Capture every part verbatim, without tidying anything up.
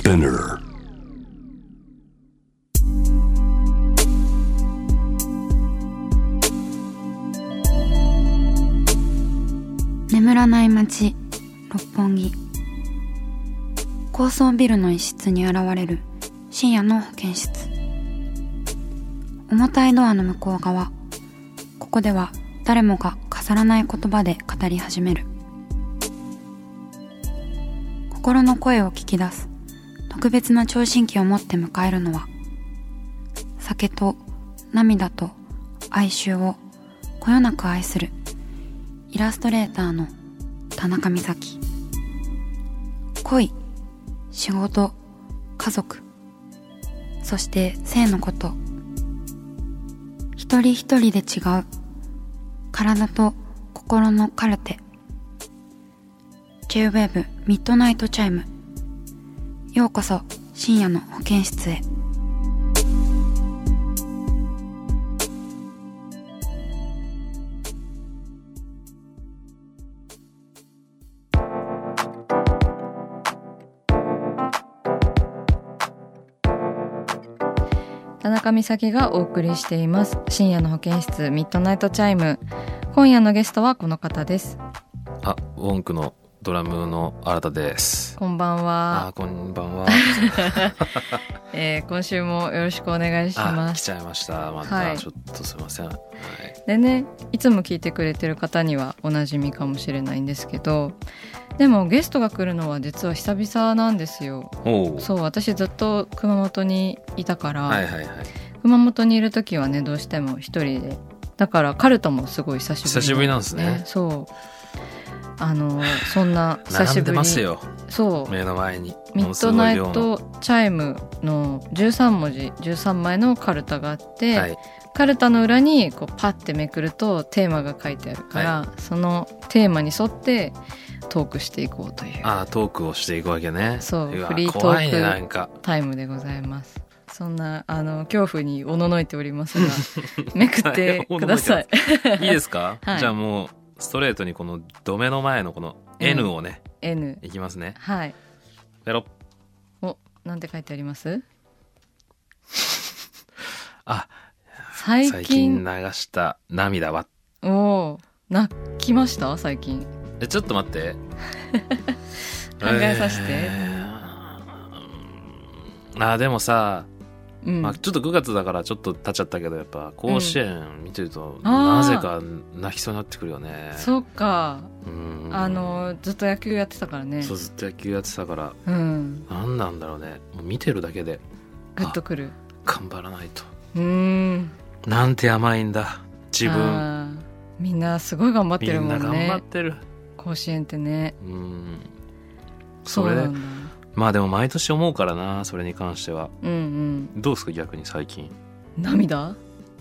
Spinner。 眠らない街六本木。高層ビルの一室に現れる深夜の保健室。重たいドアの向こう側、ここでは誰もが飾らない言葉で語り始める。心の声を聞き出す特別な聴診器を持って迎えるのは、酒と涙と哀愁をこよなく愛するイラストレーターの田中美咲。恋、仕事、家族、そして性のこと、一人一人で違う体と心のカルテ。 J-ウェーブ ミッドナイトチャイム。ようこそ深夜の保健室へ。 田中美咲がお送りしています深夜の保健室ミッドナイトチャイム。今夜のゲストはこの方です。 あ、ウォンクのドラムの新田です。 こんばんは。 あ、こんばんは、 えー、今週もよろしくお願いします。 あ、来ちゃいましたまた、はい、ちょっとすいません、はい、 でね、いつも聞いてくれてる方にはおなじみかもしれないんですけど、でもゲストが来るのは実は久々なんですよ。おそう、私ずっと熊本にいたから、はいはいはい、熊本にいる時はね、どうしても一人で、だからカルトもすごい久しぶり、 久しぶりなんですね。 そうあのそんな久しぶりに並んでますよ。 そう目の前にミッドナイトチャイムのじゅうさんもじじゅうさんまいのカルタがあって、はい、カルタの裏にこうパッてめくるとテーマが書いてあるから、はい、そのテーマに沿ってトークしていこうという。 ああ、トークをしていくわけね。 そう、フリートークタイムでございます。そんなあの恐怖におののいておりますがめくってください。 いいですか、はい、じゃあもうストレートにこのドメの前のこの N をね、うん、N いきますね。 はい。 ペロッ。 お、なんて書いてあります？ あ、 最近最近流した涙は。 おお、泣きました最近。 え、ちょっと待って考えさせて、 えー、あ、でもさ、うんまあ、ちょっとくがつだからちょっと経っちゃったけど、やっぱ甲子園見てるとなぜか泣きそうになってくるよね。 そっか、うん、あのずっと野球やってたからね。 そう、ずっと野球やってたから、 うん、 なんなんだろうね、もう見てるだけでグッとくる。 頑張らないと。 うーん、 なんて甘いんだ自分。 みんなすごい頑張ってるもんね。 みんな頑張ってる甲子園ってね。 うん、それでまあでも毎年思うからな、それに関しては。うんうん。どうですか逆に最近。 涙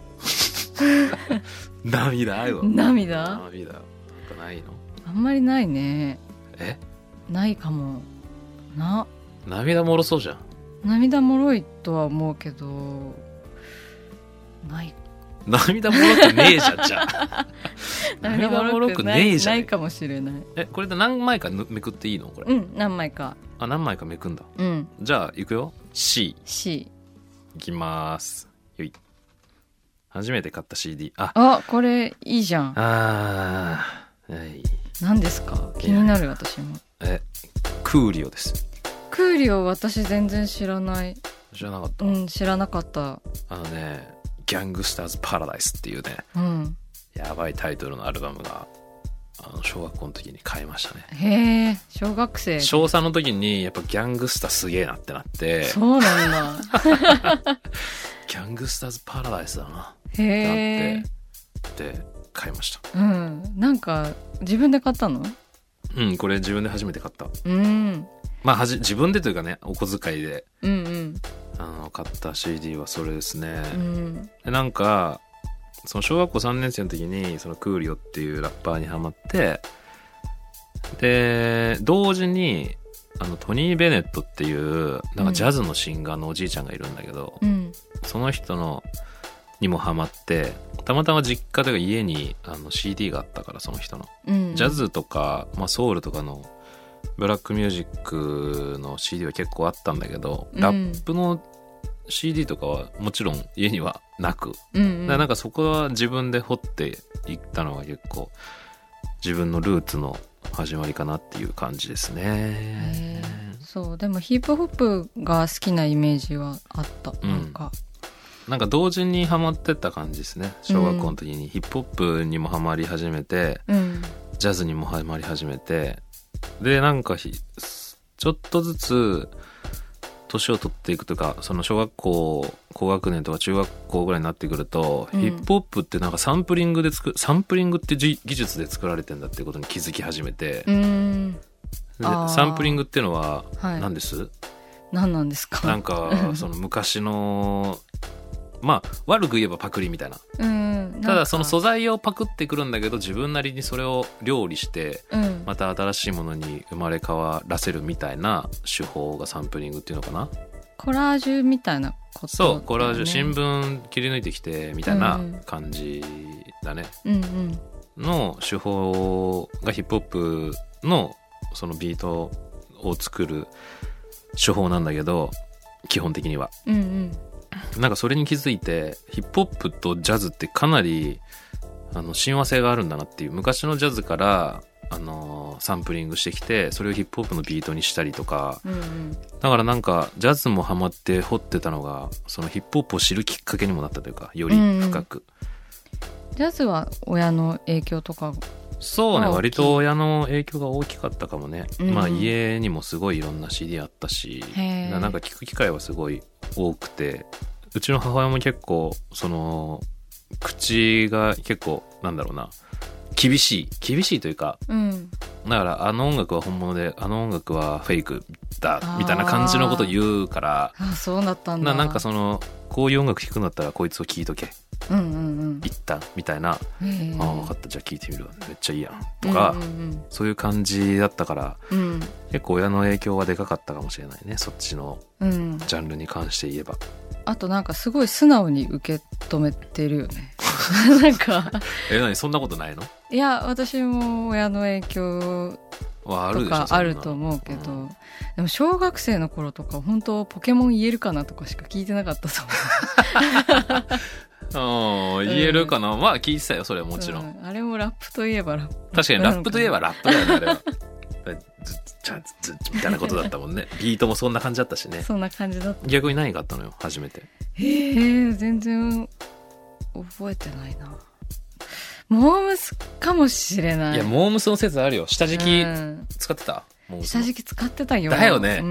涙よ。 涙涙ないの？ あんまりないね。 え？ ないかもな。 涙もろそうじゃん。 涙もろいとは思うけどない。 涙もろくねえじゃん。じゃあ涙もろくねえじゃん。 ないかもしれない。 え、これで何枚かめくっていいのこれ？ うん、何枚か。 あ、何枚かめくんだ。 うん。 じゃあ行くよ。 C C いきます。よい。初めて買った シーディー。 ああ、これいいじゃん。 あー、はい。 何ですか？気になる。私も。 え、クーリオです。 クーリオ私全然知らない。 知らなかった？ うん、知らなかった。 あのね、ギャングスターズパラダイスっていうね、 うん、 やばいタイトルのアルバムがあの小学校の時に買いましたね。 へえ、小学生。 小さんの時にやっぱギャングスターすげえなってなって。 そうなんだギャングスターズパラダイスだなへえってで買いました。 うん、なんか自分で買ったの？ うん、これ自分で初めて買った。 うん、 まあはじ自分でというかね、お小遣いで、 うんうん、 あの買った シーディー はそれですね、 うん、 でなんかその小学校さんねん生の時にそのクーリオっていうラッパーにハマって、で同時にあのトニー・ベネットっていうなんかジャズのシンガーのおじいちゃんがいるんだけど、 うん、 その人のにもハマって、たまたま実家というか家にあの シーディー があったから、その人の、うん、ジャズとか、まあ、ソウルとかのブラックミュージックの シーディー は結構あったんだけど、うん、ラップの シーディー とかはもちろん家にはなく、うんうん、だからなんかそこは自分で掘っていったのが結構自分のルーツの始まりかなっていう感じですね。 そうでもヒップホップが好きなイメージはあった、うん、なんかなんか同時にハマってった感じですね。小学校の時にヒップホップにもハマり始めて、うん、ジャズにもハマり始めて、でなんかちょっとずつ年を取っていくというか、その小学校高学年とか中学校ぐらいになってくると、うん、ヒップホップってなんかサンプリングで作サンプリングって技術で作られてんだっていうことに気づき始めて、うんでサンプリングっていうのは何です、はい、 何なんですか。 なんかその昔のまあ悪く言えばパクリみたいな、うん、ただその素材をパクってくるんだけど自分なりにそれを料理して、うん、また新しいものに生まれ変わらせるみたいな手法がサンプリングっていうのかな。 コラージュみたいなこと、ね、 そうコラージュ新聞切り抜いてきてみたいな感じだね、うんうん、の手法がヒップホップのそのビートを作る手法なんだけど基本的には、うんうん、なんかそれに気づいてヒップホップとジャズってかなりあの親和性があるんだなっていう。昔のジャズからあのサンプリングしてきてそれをヒップホップのビートにしたりとか、うんうん、だからなんかジャズもハマって掘ってたのがそのヒップホップを知るきっかけにもなったというかより深く、 うん、ジャズは親の影響とかそうね割と親の影響が大きかったかもね、うん、まあ家にもすごいいろんな シーディー あったしなんか聞く機会はすごい多くて、うちの母親も結構その口が結構なんだろうな厳しい厳しいというか、うん、だからあの音楽は本物であの音楽はフェイクだみたいな感じのことを言うから、 あそうだったんだ。 な、なんかそのこういう音楽聴くんだったらこいつを聴いとけ、うんうんうん、一旦みたいな、あ分かったじゃあ聴いてみるわめっちゃいいやんとか、うんうんうん、そういう感じだったから、うん、結構親の影響はでかかったかもしれないねそっちのジャンルに関して言えば、うん、 あとなんかすごい素直に受け止めてるよねなんかえ何そんなことないの。 いや私も親の影響とかあると思うけど、うん、でも小学生の頃とか本当ポケモン言えるかなとかしか聞いてなかったと思う言えるかな、うん、まあ聞いてたよそれはもちろん、うん、 あれもラップといえばラップ確かにラップといえばラップだよねあれはずっちゃずっみたいなことだったもんねビートもそんな感じだったしね。 そんな感じだった。 逆に何があったのよ初めて。 へえ全然覚えてないな。モームスかもしれない。 いやモームスの説あるよ。下敷き使ってた、 うん、モームス下敷き使ってたよ。 だよね、うん、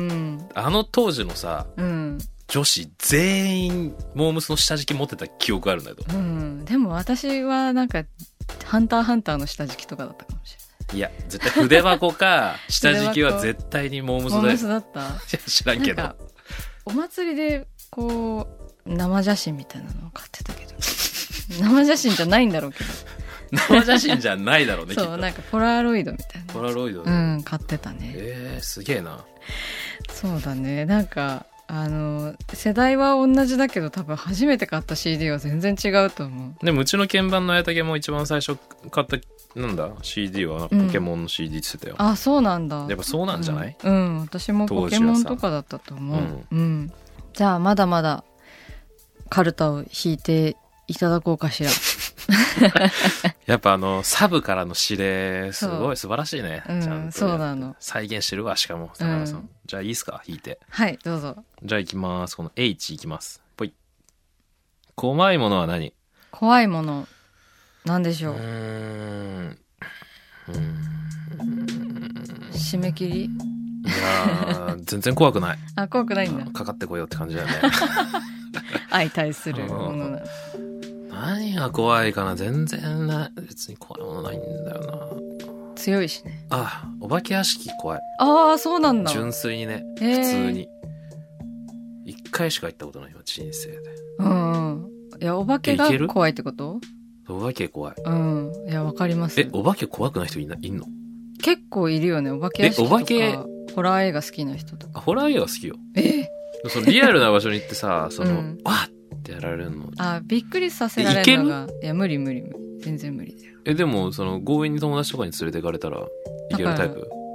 あの当時のさ、うん、女子全員モームスの下敷き持ってた記憶あるんだけど、うん、 でも私はなんかハンターハンターの下敷きとかだったかもしれない。 いや絶対筆箱か下敷きは絶対にモームスだよ。 モームスだった。 知らんけどお祭りでこう生写真みたいなのを買ってたけど生写真じゃないんだろうけど生写真じゃないだろうねそうなんかポラロイドみたいなポラロイド、 ね、うん買ってたね。 えー、すげえな。 そうだねなんかあの世代は同じだけど多分初めて買った シーディー は全然違うと思う。 でもうちの鍵盤の綾竹も一番最初買ったなんだ シーディー はポケモンの シーディー って言ってたよ、 うん、あそうなんだ。 やっぱそうなんじゃない、 うん、うん、私もポケモンとかだったと思う、うんうん、じゃあまだまだカルタを弾いていただこうかしらやっぱあのサブからの指令すごい素晴らしいね、 うん、 ちゃんとそうなの再現してるわ。しかも田原さん、うん、じゃあいいっすか弾いて。 はいどうぞ。 じゃあいきます。この H いきます。ぽい。怖いものは何？ 怖いものなんでしょう。うーんうーん締め切り。いや全然怖くない。 あ怖くないんだ。 かかってこようって感じだよね相対するものな。 何が怖いかな。全然な別に怖いものないんだよな。 強いしね。 あお化け屋敷怖い。 ああそうなんだ。 純粋にね普通に一回しか行ったことないよ人生で。うんいやお化けが怖いってこと？ お化け怖い。 うんいやわかります。 えお化け怖くない人いないんの？ 結構いるよねお化け屋敷とか。お化けホラー映画好きな人とか。 あホラー映画好きよ。 えそのリアルな場所に行ってさその、うん、わっってやられるの。 あびっくりさせられるのが。いや無理無理無理全然無理だよ。 えでもその強引に友達とかに連れてかれたらいけるタイプ？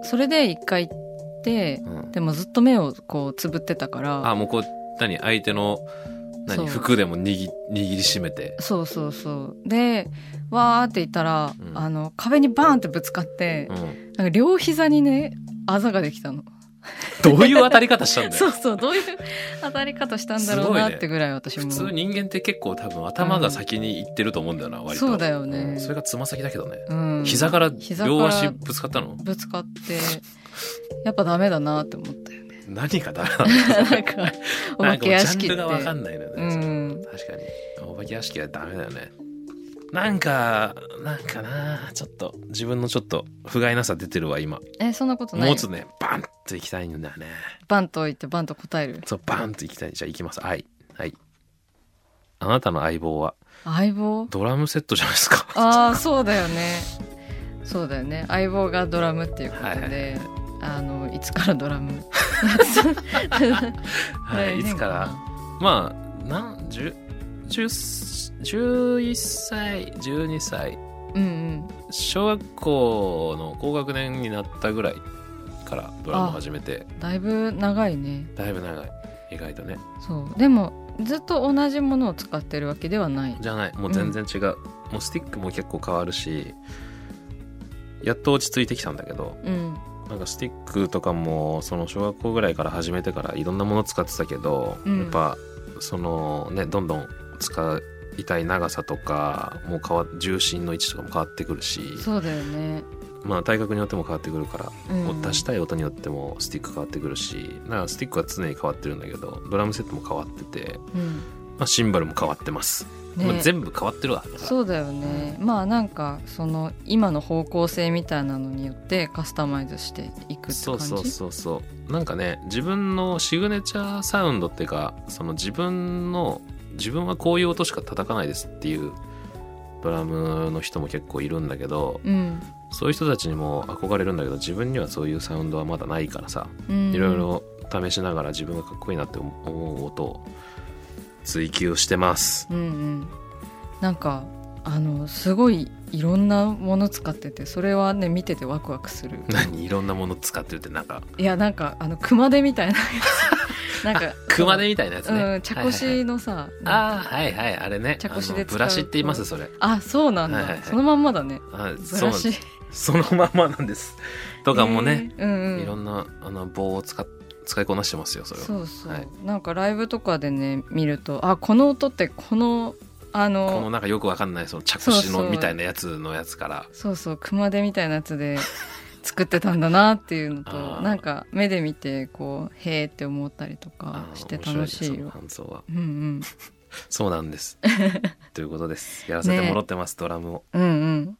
それで一回行って、うん、でもずっと目をこうつぶってたから、 あもうこう何相手の何服でも握り、握りしめて、 そうそうそうでわーって言ったら、うん、あの壁にバーンってぶつかって、うん、なんか両膝にねあざができたの。 どういう当たり方したんだよ。 そうそうどういう当たり方したんだろうなってぐらい私も、 ね、普通人間って結構多分頭が先にいってると思うんだよな、うん、割と。 そうだよね、うん、 それがつま先だけどね、 うん、 膝から両足ぶつかったの。 ぶつかってやっぱダメだなって思ったよね。 何がダメなんだなんかお化け屋敷ってジャンルが分かんないのよね、うん、確かにお化け屋敷はダメだよね。なんかなんかなちょっと自分のちょっと不甲斐なさ出てるわ今。 えそんなことない。 もうちょっとねバンと行きたいんだよね。 バンと言ってバンと答える。 そうバンと行きたい。じゃあ行きます。はいはいあなたの相棒は相棒ドラムセットじゃないですか。 ああそうだよねそうだよね相棒がドラムっていうことで、はいはいはい、あのいつからドラムはい、いつからまあなんじゅじゅじゅういっさいじゅうにさい、 うんうん、 小学校の高学年になったぐらいからドラム始めて。 だいぶ長いね。 だいぶ長い意外とね。 そうでもずっと同じものを使ってるわけではないじゃない。もう全然違う、うん、もうスティックも結構変わるしやっと落ち着いてきたんだけど、 うん、 なんかスティックとかもその小学校ぐらいから始めてからいろんなもの使ってたけど、うん、やっぱそのねどんどん使いたい長さとかもう変わ重心の位置とかも変わってくるし。 そうだよね。 まあ体格によっても変わってくるから、 うん、 出したい音によってもスティック変わってくるし、だからスティックは常に変わってるんだけどドラムセットも変わってて、 うんまあ、シンバルも変わってます、ねまあ、全部変わってるわ。 そうだよね、うん、まあなんかその今の方向性みたいなのによってカスタマイズしていくって感じ。 そうそうそうそうなんかね自分のシグネチャーサウンドっていうかその自分の自分はこういう音しか叩かないですっていうドラムの人も結構いるんだけど、 うん、 そういう人たちにも憧れるんだけど自分にはそういうサウンドはまだないからさ、 うん、 いろいろ試しながら自分がかっこいいなって思う音を追求してます、 うんうん、なんかあのすごいいろんなもの使っててそれはね見ててワクワクする。 何いろんなもの使ってるってなんかいやなんかあの熊手みたいなやつなんか熊手みたいなやつね、 うん、茶こしのさ、はいはい、 ああはいはいあれね茶こしで使うブラシって言いますそれ。 あそうなんだ、はいはいはい、そのまんまだね。 あブラシそのまんまなんですとかもね、 えーうんうん、 いろんなあの棒を使っ使いこなしてますよそれは。 そうそう、 はい、 なんかライブとかでね見るとあこの音ってこのあのこのなんかよくわかんないその茶こしのみたいなやつのやつからそうそう熊手みたいなやつで作ってたんだなっていうのとなんか目で見てこうへーって思ったりとかして楽しいよ。 感想は、 うんうん、 そうなんですということです。やらせてもらってます、ね、ドラムを。 うんうん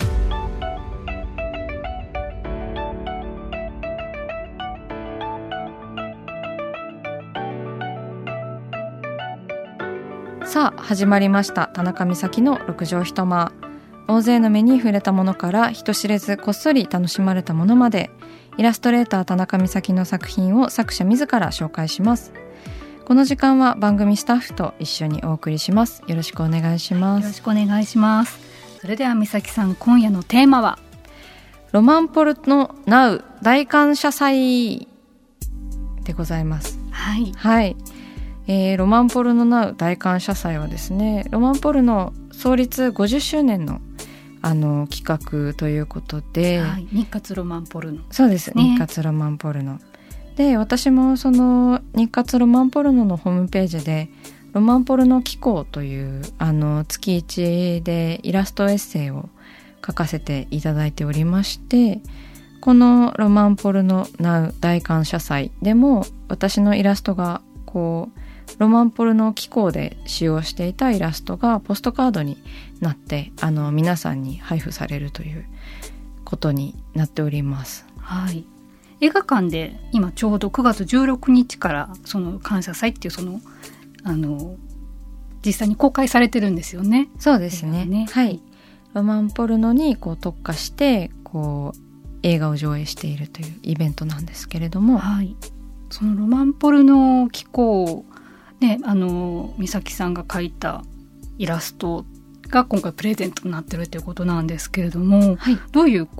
さあ始まりました田中美咲の六畳一間。大勢の目に触れたものから人知れずこっそり楽しまれたものまでイラストレーター田中美咲の作品を作者自ら紹介します。この時間は番組スタッフと一緒にお送りします。よろしくお願いします。 よろしくお願いします。それでは美咲さん今夜のテーマはロマンポルノナウ大感謝祭でございます。 はい、 はいえー、ロマンポルノナウ大感謝祭はですねロマンポルノ創立ごじゅっしゅうねんのあの企画ということで、 はい、日活ロマンポルノそうです、ね、日活ロマンポルノで私もその日活ロマンポルノのホームページでロマンポルノ機構というあの月いちでイラストエッセイを書かせていただいておりましてこのロマンポルノナウ大感謝祭でも私のイラストがこうロマンポルノ機構で使用していたイラストがポストカードになってあの皆さんに配布されるということになっております。 はい、映画館で今ちょうどくがつじゅうろくにちからその感謝祭っていうそのあの実際に公開されてるんですよね。 そうですね、ねはい、ロマンポルノにこう特化してこう映画を上映しているというイベントなんですけれども、 はい、そのロマンポルノ機構ね、あの美咲さんが描いたイラストが今回プレゼントになってるということなんですけれども、 はい、 どういうこう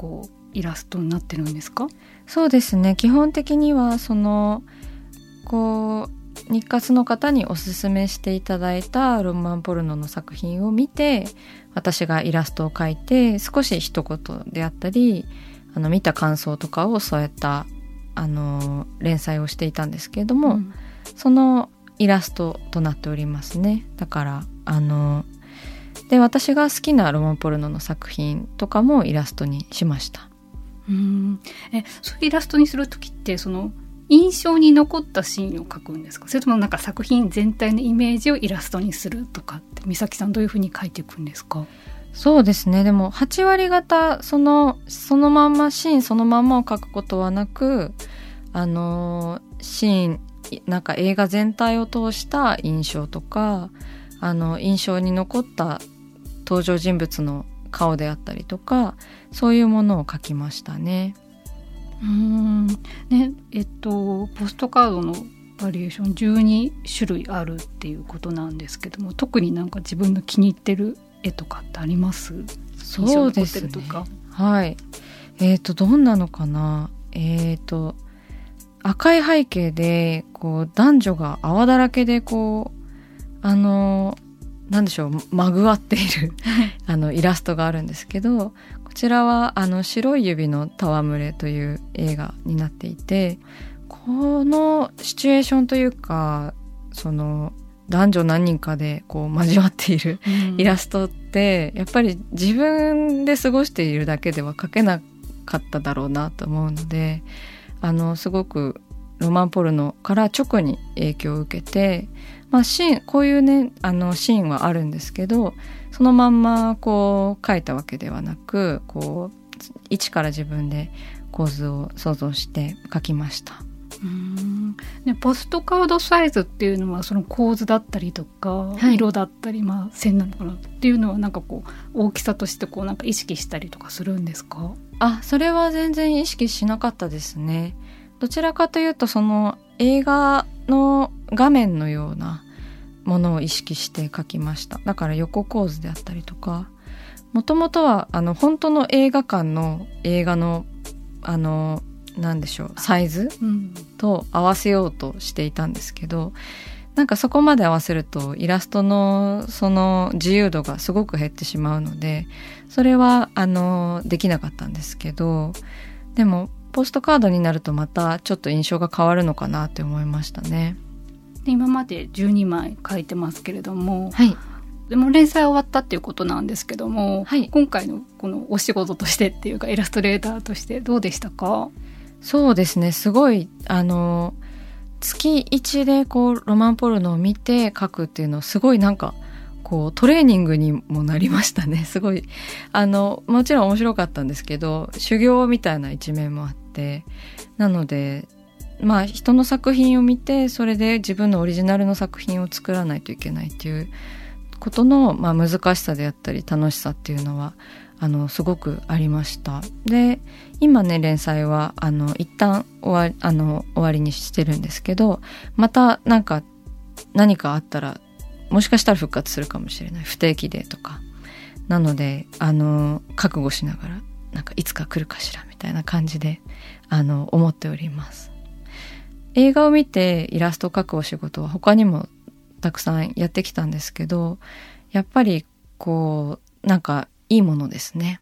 イラストになってるんですか？ そうですね、基本的にはそのこう日活の方におすすめしていただいたロマンポルノの作品を見て、私がイラストを描いて少し一言であったり、あの見た感想とかをそうやったあの連載をしていたんですけれども、うん、そのイラストとなっておりますね。だからあので私が好きなロマンポルノの作品とかもイラストにしました。 うーんえそういうイラストにするときってその印象に残ったシーンを描くんですか？それともなんか作品全体のイメージをイラストにするとかって、美咲さんどういうふうに描いていくんですか？ そうですね、でもはち割方そのそのまんまシーンそのまんまを描くことはなく、あのシーンなんか映画全体を通した印象とか、あの印象に残った登場人物の顔であったりとか、そういうものを描きましたね。 うーんねえっとポストカードのバリエーションじゅうに種類あるっていうことなんですけども、特になんか自分の気に入ってる絵とかってあります？ そうですね、はい、えーとどんなのかな。えーと赤い背景でこう男女が泡だらけでこうあのなんでしょう、まぐわっているあのイラストがあるんですけど、こちらはあの白い指の戯れという映画になっていて、このシチュエーションというか、その男女何人かでこう交わっているイラストって、うん、やっぱり自分で過ごしているだけでは描けなかっただろうなと思うので、あのすごくロマンポルノから直に影響を受けて、まあ、シーンこういうねあのシーンはあるんですけど、そのまんまこう描いたわけではなく、こう一から自分で構図を想像して描きました。 うーん、ね、ポストカードサイズっていうのはその構図だったりとか、はい、色だったり、まあ、線なのかなっていうのはなんかこう大きさとしてこうなんか意識したりとかするんですか？ あ、それは全然意識しなかったですね。どちらかというとその映画の画面のようなものを意識して描きました。だから横構図であったりとか、もともとはあの本当の映画館の映画のあのなんでしょうサイズ、うん、と合わせようとしていたんですけど、なんかそこまで合わせるとイラストのその自由度がすごく減ってしまうので、それはあのできなかったんですけど、でもポストカードになるとまたちょっと印象が変わるのかなって思いましたね。 で今までじゅうにまい描いてますけれども、 はい、 でも連載終わったっていうことなんですけども、 はい、 今回のこのお仕事としてっていうかイラストレーターとしてどうでしたか？ そうですね、すごいあの月いちでこうロマンポルノを見て描くっていうのはすごいなんかこうトレーニングにもなりましたね。すごいあのもちろん面白かったんですけど、修行みたいな一面もあって、なのでまあ人の作品を見てそれで自分のオリジナルの作品を作らないといけないっていうことの、まあ、難しさであったり楽しさっていうのはあのすごくありました。で今ね連載はあの一旦終わあの終わりにしてるんですけど、またなんか何かあったらもしかしたら復活するかもしれない、不定期でとかなのであの覚悟しながらなんかいつか来るかしらみたいな感じであの思っております。映画を見てイラストを描くお仕事は他にもたくさんやってきたんですけど、やっぱりこうなんかいいものですね。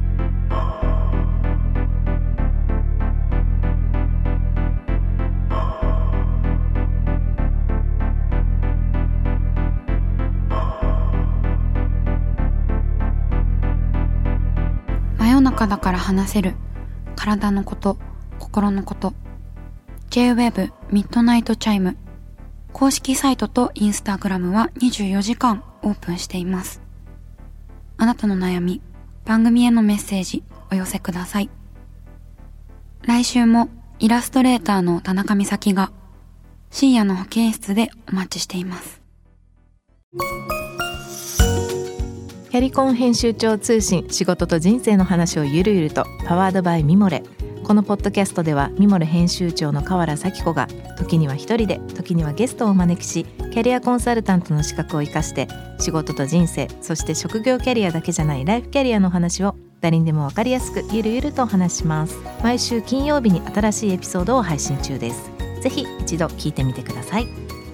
真夜中だから話せる体のこと、心のこと。 J-ウェブ ミッドナイトチャイム公式サイトとインスタグラムはにじゅうよじかんオープンしています。あなたの悩み、番組へのメッセージお寄せください。来週もイラストレーターの田中美咲が深夜の保健室でお待ちしています。 キャリコン編集長通信、仕事と人生の話をゆるゆると、パワードバイミモレ。このポッドキャストではミモレ編集長の河原咲子が時には一人で時にはゲストをお招きし、キャリアコンサルタントの資格を生かして仕事と人生、そして職業キャリアだけじゃないライフキャリアの話を誰にでもわかりやすくゆるゆるとお話します。毎週金曜日に新しいエピソードを配信中です。ぜひ一度聞いてみてください。